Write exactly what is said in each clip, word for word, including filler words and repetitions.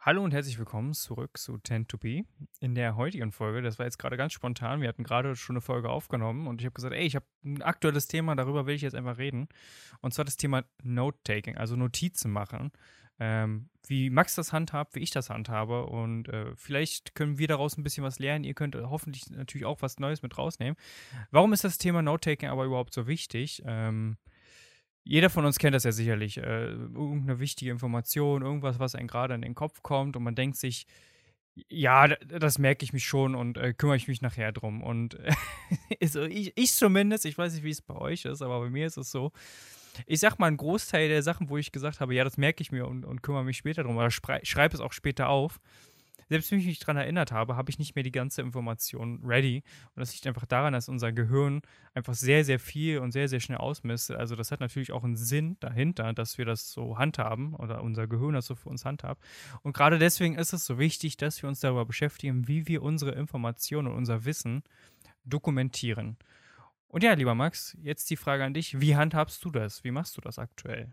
Hallo und herzlich willkommen zurück zu Tend to Be. In der heutigen Folge, das war jetzt gerade ganz spontan, wir hatten gerade schon eine Folge aufgenommen und ich habe gesagt, ey, ich habe ein aktuelles Thema, darüber will ich jetzt einfach reden. Und zwar das Thema Note-Taking, also Notizen machen. Ähm, wie Max das handhabt, wie ich das handhabe und äh, vielleicht können wir daraus ein bisschen was lernen. Ihr könnt äh, hoffentlich natürlich auch was Neues mit rausnehmen. Warum ist das Thema Note-Taking aber überhaupt so wichtig? Ähm, jeder von uns kennt das ja sicherlich. Äh, irgendeine wichtige Information, irgendwas, was einem gerade in den Kopf kommt und man denkt sich, ja, d- das merke ich mich schon und äh, kümmere ich mich nachher drum. Und äh, so, ich, ich zumindest, ich weiß nicht, wie es bei euch ist, aber bei mir ist es so. Ich sag mal, ein Großteil der Sachen, wo ich gesagt habe, ja, das merke ich mir und, und kümmere mich später drum oder schreibe es auch später auf, selbst wenn ich mich daran erinnert habe, habe ich nicht mehr die ganze Information ready. Und das liegt einfach daran, dass unser Gehirn einfach sehr, sehr viel und sehr, sehr schnell ausmisst. Also das hat natürlich auch einen Sinn dahinter, dass wir das so handhaben oder unser Gehirn das so für uns handhabt. Und gerade deswegen ist es so wichtig, dass wir uns darüber beschäftigen, wie wir unsere Informationen und unser Wissen dokumentieren. Und ja, lieber Max, jetzt die Frage an dich. Wie handhabst du das? Wie machst du das aktuell?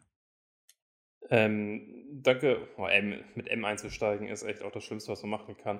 Ähm, danke. Oh, M, mit M einzusteigen ist echt auch das Schlimmste, was man machen kann.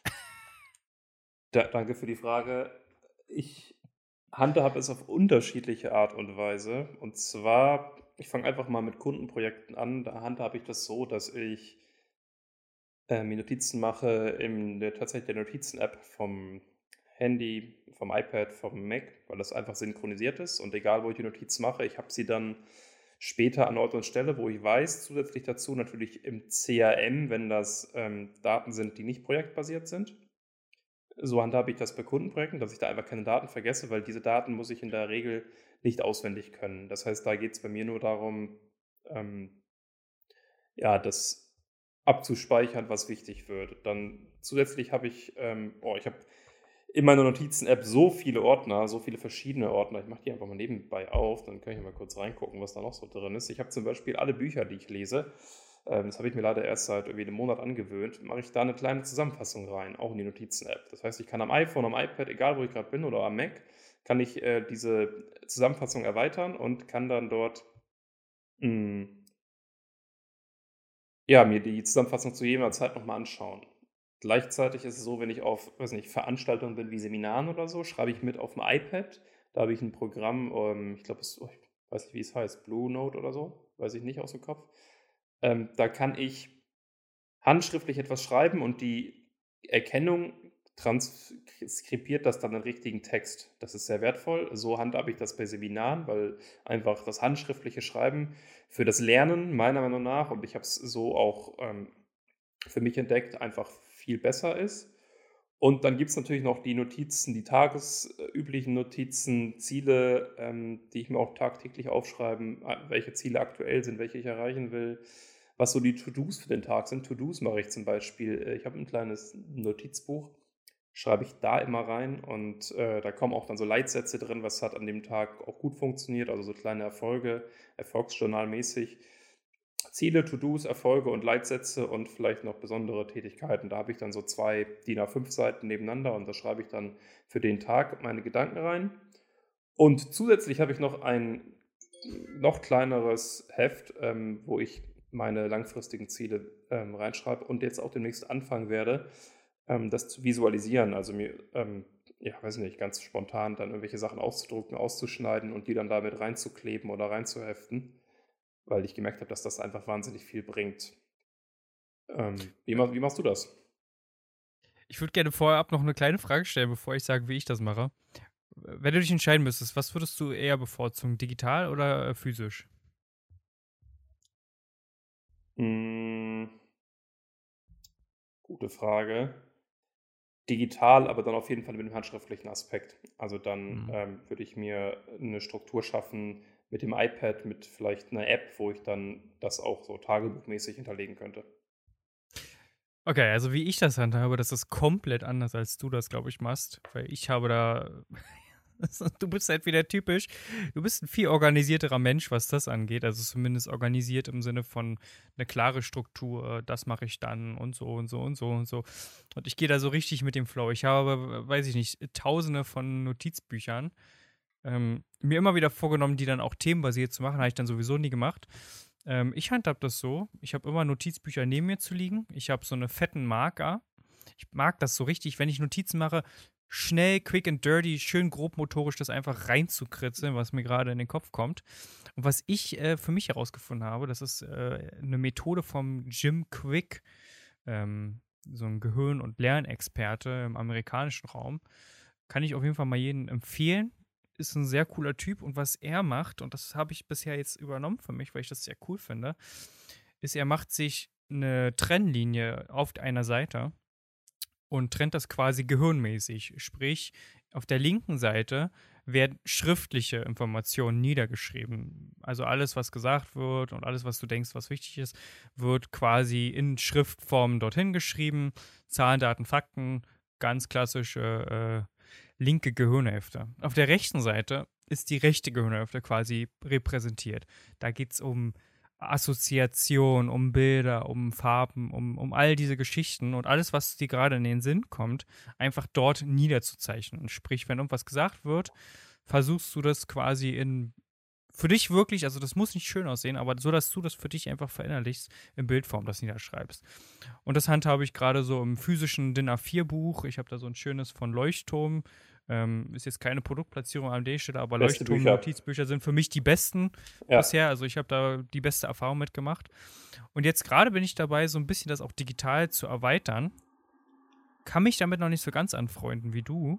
Da, danke für die Frage. Ich handhabe es auf unterschiedliche Art und Weise. Und zwar, ich fange einfach mal mit Kundenprojekten an. Da handhabe ich das so, dass ich äh, mir Notizen mache in der tatsächlich der Notizen-App vom Handy, vom iPad, vom Mac, weil das einfach synchronisiert ist. Und egal, wo ich die Notiz mache, ich habe sie dann später an Ort und Stelle, wo ich weiß, zusätzlich dazu natürlich im C R M, wenn das ähm, Daten sind, die nicht projektbasiert sind. So handhabe ich das bei Kundenprojekten, dass ich da einfach keine Daten vergesse, weil diese Daten muss ich in der Regel nicht auswendig können. Das heißt, da geht es bei mir nur darum, ähm, ja, das abzuspeichern, was wichtig wird. Dann zusätzlich habe ich, ähm, oh, ich habe in meiner Notizen-App so viele Ordner, so viele verschiedene Ordner. Ich mache die einfach mal nebenbei auf, dann kann ich mal kurz reingucken, was da noch so drin ist. Ich habe zum Beispiel alle Bücher, die ich lese, ähm, das habe ich mir leider erst seit irgendwie einem Monat angewöhnt, mache ich da eine kleine Zusammenfassung rein, auch in die Notizen-App. Das heißt, ich kann am iPhone, am iPad, egal wo ich gerade bin oder am Mac, kann ich äh, diese Zusammenfassung erweitern und kann dann dort mh, ja, mir die Zusammenfassung zu jeder Zeit noch mal anschauen. Gleichzeitig ist es so, wenn ich auf, weiß nicht, Veranstaltungen bin wie Seminaren oder so, schreibe ich mit auf dem iPad. Da habe ich ein Programm, ähm, ich glaube, es oh, ich weiß nicht, wie es heißt, Blue Note oder so, weiß ich nicht aus dem Kopf. Ähm, da kann ich handschriftlich etwas schreiben und die Erkennung transkribiert das dann in richtigen Text. Das ist sehr wertvoll. So handhabe ich das bei Seminaren, weil einfach das handschriftliche Schreiben für das Lernen meiner Meinung nach, und ich habe es so auch ähm, für mich entdeckt, einfach viel besser ist. Und dann gibt es natürlich noch die Notizen, die tagesüblichen Notizen, Ziele, ähm, die ich mir auch tagtäglich aufschreiben, äh, welche Ziele aktuell sind, welche ich erreichen will, was so die To-Dos für den Tag sind. To-Dos mache ich zum Beispiel. Äh, ich habe ein kleines Notizbuch, schreibe ich da immer rein und äh, da kommen auch dann so Leitsätze drin, was hat an dem Tag auch gut funktioniert, also so kleine Erfolge, erfolgsjournalmäßig. Ziele, To-Dos, Erfolge und Leitsätze und vielleicht noch besondere Tätigkeiten. Da habe ich dann so zwei D I N A fünf Seiten nebeneinander und da schreibe ich dann für den Tag meine Gedanken rein. Und zusätzlich habe ich noch ein noch kleineres Heft, ähm, wo ich meine langfristigen Ziele ähm, reinschreibe und jetzt auch demnächst anfangen werde, ähm, das zu visualisieren. Also mir, ähm, ja, weiß nicht, ganz spontan dann irgendwelche Sachen auszudrucken, auszuschneiden und die dann damit reinzukleben oder reinzuheften, weil ich gemerkt habe, dass das einfach wahnsinnig viel bringt. Ähm, wie, ma wie machst du das? Ich würde gerne vorab noch eine kleine Frage stellen, bevor ich sage, wie ich das mache. Wenn du dich entscheiden müsstest, was würdest du eher bevorzugen, digital oder äh, physisch? Hm, gute Frage. Digital, aber dann auf jeden Fall mit dem handschriftlichen Aspekt. Also dann Hm. ähm, würde ich mir eine Struktur schaffen mit dem iPad, mit vielleicht einer App, wo ich dann das auch so tagebuchmäßig hinterlegen könnte. Okay, also wie ich das handhabe, das ist komplett anders, als du das, glaube ich, machst. Weil ich habe da. Du bist halt wieder typisch. Du bist ein viel organisierterer Mensch, was das angeht. Also zumindest organisiert im Sinne von eine klare Struktur. Das mache ich dann und so und so und so und so. Und ich gehe da so richtig mit dem Flow. Ich habe, weiß ich nicht, tausende von Notizbüchern. Ähm, mir immer wieder vorgenommen, die dann auch themenbasiert zu machen. Habe ich dann sowieso nie gemacht. Ähm, ich handhab das so. Ich habe immer Notizbücher neben mir zu liegen. Ich habe so eine fetten Marker. Ich mag das so richtig, wenn ich Notizen mache, schnell, quick and dirty, schön grobmotorisch das einfach reinzukritzeln, was mir gerade in den Kopf kommt. Und was ich äh, für mich herausgefunden habe, das ist äh, eine Methode vom Jim Quick, ähm, so ein Gehirn- und Lernexperte im amerikanischen Raum. Kann ich auf jeden Fall mal jedem empfehlen. Ist ein sehr cooler Typ und was er macht, und das habe ich bisher jetzt übernommen für mich, weil ich das sehr cool finde, ist, er macht sich eine Trennlinie auf einer Seite und trennt das quasi gehirnmäßig. Sprich, auf der linken Seite werden schriftliche Informationen niedergeschrieben. Also alles, was gesagt wird und alles, was du denkst, was wichtig ist, wird quasi in Schriftform dorthin geschrieben. Zahlen, Daten, Fakten, ganz klassische äh, linke Gehirnhälfte. Auf der rechten Seite ist die rechte Gehirnhälfte quasi repräsentiert. Da geht es um Assoziation, um Bilder, um Farben, um, um all diese Geschichten und alles, was dir gerade in den Sinn kommt, einfach dort niederzuzeichnen. Sprich, wenn irgendwas gesagt wird, versuchst du das quasi in für dich wirklich, also das muss nicht schön aussehen, aber so, dass du das für dich einfach verinnerlichst, in Bildform das niederschreibst. Und das handhabe ich gerade so im physischen D I N A vier Buch. Ich habe da so ein schönes von Leuchtturm. Ähm, ist jetzt keine Produktplatzierung an der Stelle, aber Beste Bücher. Leuchtturm-Notizbücher sind für mich die besten Ja. bisher. Also ich habe da die beste Erfahrung mitgemacht. Und jetzt gerade bin ich dabei, so ein bisschen das auch digital zu erweitern. Kann mich damit noch nicht so ganz anfreunden wie du.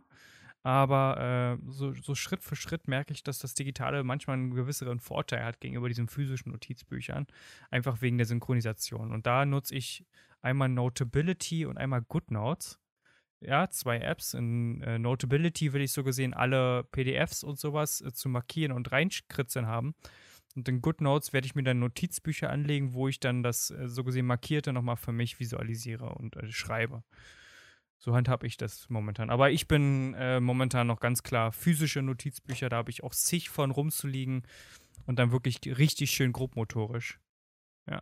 Aber äh, so, so Schritt für Schritt merke ich, dass das Digitale manchmal einen gewisseren Vorteil hat gegenüber diesen physischen Notizbüchern. Einfach wegen der Synchronisation. Und da nutze ich einmal Notability und einmal GoodNotes. Ja, zwei Apps. In äh, Notability will ich so gesehen alle P D Fs und sowas äh, zu markieren und reinkritzeln haben. Und in GoodNotes werde ich mir dann Notizbücher anlegen, wo ich dann das äh, so gesehen Markierte nochmal für mich visualisiere und äh, schreibe. So handhabe ich das momentan. Aber ich bin äh, momentan noch ganz klar physische Notizbücher, da habe ich auch zig von rumzuliegen und dann wirklich richtig schön grobmotorisch. Ja.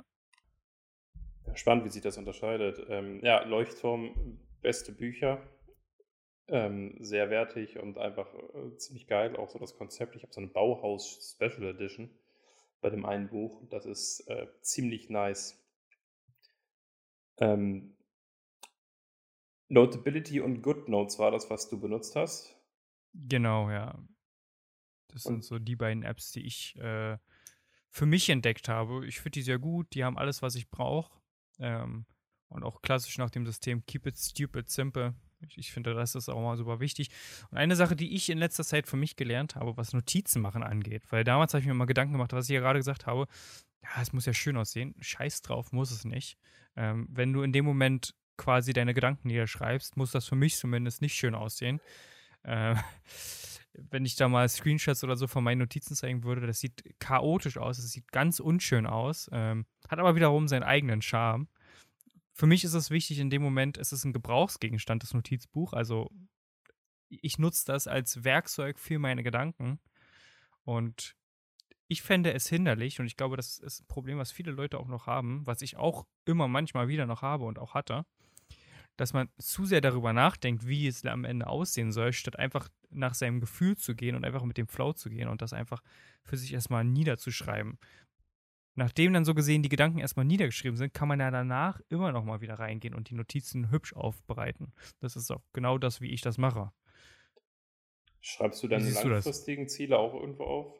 Ja, spannend, wie sich das unterscheidet. Ähm, ja, Leuchtturm, beste Bücher. Ähm, sehr wertig und einfach äh, ziemlich geil. Auch so das Konzept. Ich habe so eine Bauhaus Special Edition bei dem einen Buch. Das ist äh, ziemlich nice. Ähm, Notability und GoodNotes war das, was du benutzt hast. Genau, ja. Das sind Und so die beiden Apps, die ich äh, für mich entdeckt habe. Ich finde die sehr gut, die haben alles, was ich brauche. Ähm, und auch klassisch nach dem System Keep it stupid simple. Ich, ich finde, das ist auch mal super wichtig. Und eine Sache, die ich in letzter Zeit für mich gelernt habe, was Notizen machen angeht, weil damals habe ich mir mal Gedanken gemacht, was ich ja gerade gesagt habe, ja, es muss ja schön aussehen. Scheiß drauf, muss es nicht. Ähm, wenn du in dem Moment quasi deine Gedanken niederschreibst, muss das für mich zumindest nicht schön aussehen. Äh, wenn ich da mal Screenshots oder so von meinen Notizen zeigen würde, das sieht chaotisch aus, es sieht ganz unschön aus, ähm, hat aber wiederum seinen eigenen Charme. Für mich ist es wichtig, in dem Moment, es ist ein Gebrauchsgegenstand, das Notizbuch, also ich nutze das als Werkzeug für meine Gedanken und ich fände es hinderlich und ich glaube, das ist ein Problem, was viele Leute auch noch haben, was ich auch immer manchmal wieder noch habe und auch hatte, dass man zu sehr darüber nachdenkt, wie es am Ende aussehen soll, statt einfach nach seinem Gefühl zu gehen und einfach mit dem Flow zu gehen und das einfach für sich erstmal niederzuschreiben. Nachdem dann so gesehen die Gedanken erstmal niedergeschrieben sind, kann man ja danach immer noch mal wieder reingehen und die Notizen hübsch aufbereiten. Das ist auch genau das, wie ich das mache. schreibst du Wie deine siehst du das? langfristigen Ziele auch irgendwo auf?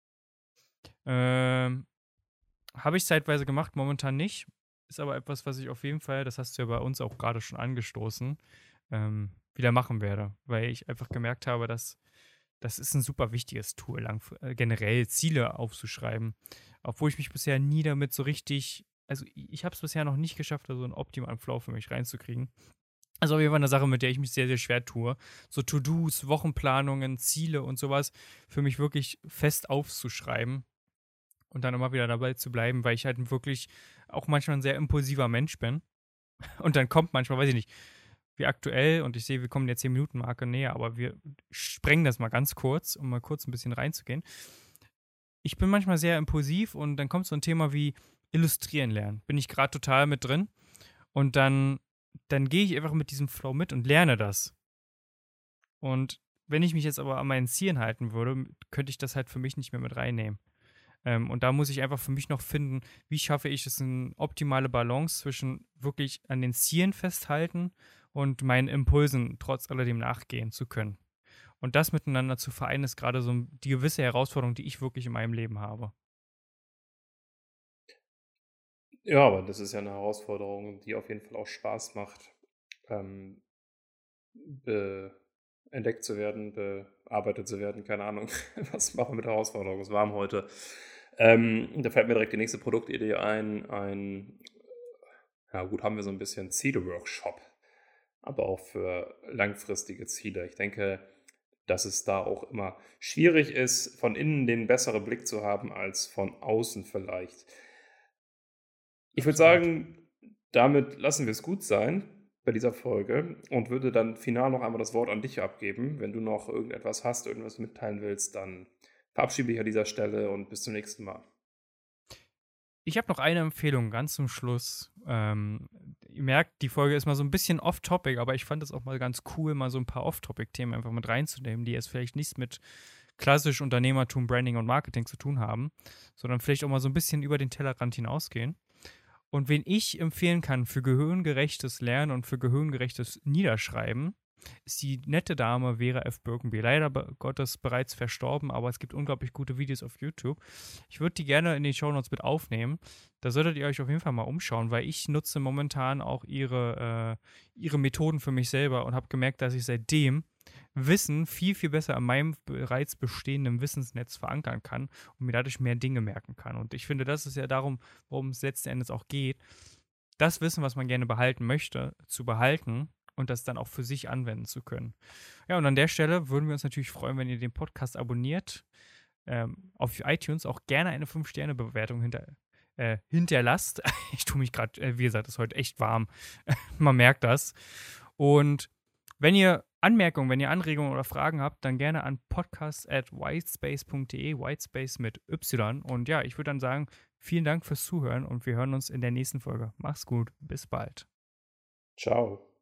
Ähm, Habe ich zeitweise gemacht, momentan nicht. Ist aber etwas, was ich auf jeden Fall, das hast du ja bei uns auch gerade schon angestoßen, ähm, wieder machen werde. Weil ich einfach gemerkt habe, dass das ist ein super wichtiges Tool, lang, äh, generell Ziele aufzuschreiben. Obwohl ich mich bisher nie damit so richtig, also ich habe es bisher noch nicht geschafft, da so einen optimalen Flow für mich reinzukriegen. Also auf jeden Fall eine Sache, mit der ich mich sehr, sehr schwer tue. So To-Dos, Wochenplanungen, Ziele und sowas für mich wirklich fest aufzuschreiben und dann immer wieder dabei zu bleiben, weil ich halt wirklich auch manchmal ein sehr impulsiver Mensch bin. Und dann kommt manchmal, weiß ich nicht, wie aktuell, und ich sehe, wir kommen der zehn-Minuten-Marke näher, aber wir sprengen das mal ganz kurz, um mal kurz ein bisschen reinzugehen. Ich bin manchmal sehr impulsiv und dann kommt so ein Thema wie Illustrieren lernen. Bin ich gerade total mit drin und dann, dann gehe ich einfach mit diesem Flow mit und lerne das. Und wenn ich mich jetzt aber an meinen Zielen halten würde, könnte ich das halt für mich nicht mehr mit reinnehmen. Ähm, und da muss ich einfach für mich noch finden, wie schaffe ich es, eine optimale Balance zwischen wirklich an den Zielen festhalten und meinen Impulsen trotz alledem nachgehen zu können. Und das miteinander zu vereinen, ist gerade so die gewisse Herausforderung, die ich wirklich in meinem Leben habe. Ja, aber das ist ja eine Herausforderung, die auf jeden Fall auch Spaß macht, ähm, be entdeckt zu werden, bearbeitet zu werden, keine Ahnung. Was machen wir mit Herausforderungen? Es ist warm heute. Ähm, da fällt mir direkt die nächste Produktidee ein. Ein, ja gut, haben wir so ein bisschen Ziele-Workshop, aber auch für langfristige Ziele. Ich denke, dass es da auch immer schwierig ist, von innen den besseren Blick zu haben als von außen vielleicht. Ich würde Absolut. sagen, damit lassen wir es gut sein bei dieser Folge und würde dann final noch einmal das Wort an dich abgeben. Wenn du noch irgendetwas hast, irgendwas mitteilen willst, dann verabschiede ich an dieser Stelle und bis zum nächsten Mal. Ich habe noch eine Empfehlung ganz zum Schluss. Ähm, ihr merkt, die Folge ist mal so ein bisschen off-topic, aber ich fand es auch mal ganz cool, mal so ein paar off-topic-Themen einfach mit reinzunehmen, die jetzt vielleicht nichts mit klassisch Unternehmertum, Branding und Marketing zu tun haben, sondern vielleicht auch mal so ein bisschen über den Tellerrand hinausgehen. Und wen ich empfehlen kann für gehirngerechtes Lernen und für gehirngerechtes Niederschreiben, ist die nette Dame Vera F. Birkenby. Leider Gottes bereits verstorben, aber es gibt unglaublich gute Videos auf YouTube. Ich würde die gerne in die Shownotes mit aufnehmen. Da solltet ihr euch auf jeden Fall mal umschauen, weil ich nutze momentan auch ihre, äh, ihre Methoden für mich selber und habe gemerkt, dass ich seitdem Wissen viel, viel besser an meinem bereits bestehenden Wissensnetz verankern kann und mir dadurch mehr Dinge merken kann. Und ich finde, das ist ja darum, worum es letzten Endes auch geht, das Wissen, was man gerne behalten möchte, zu behalten und das dann auch für sich anwenden zu können. Ja, und an der Stelle würden wir uns natürlich freuen, wenn ihr den Podcast abonniert, ähm, auf iTunes auch gerne eine fünf Sterne Bewertung hinter, äh, hinterlasst. Ich tue mich gerade, äh, wie gesagt, es ist heute echt warm. Man merkt das. Und wenn ihr Anmerkungen, wenn ihr Anregungen oder Fragen habt, dann gerne an podcast at whitespace punkt de, whitespace mit Y. Und ja, ich würde dann sagen, vielen Dank fürs Zuhören und wir hören uns in der nächsten Folge. Mach's gut, bis bald. Ciao.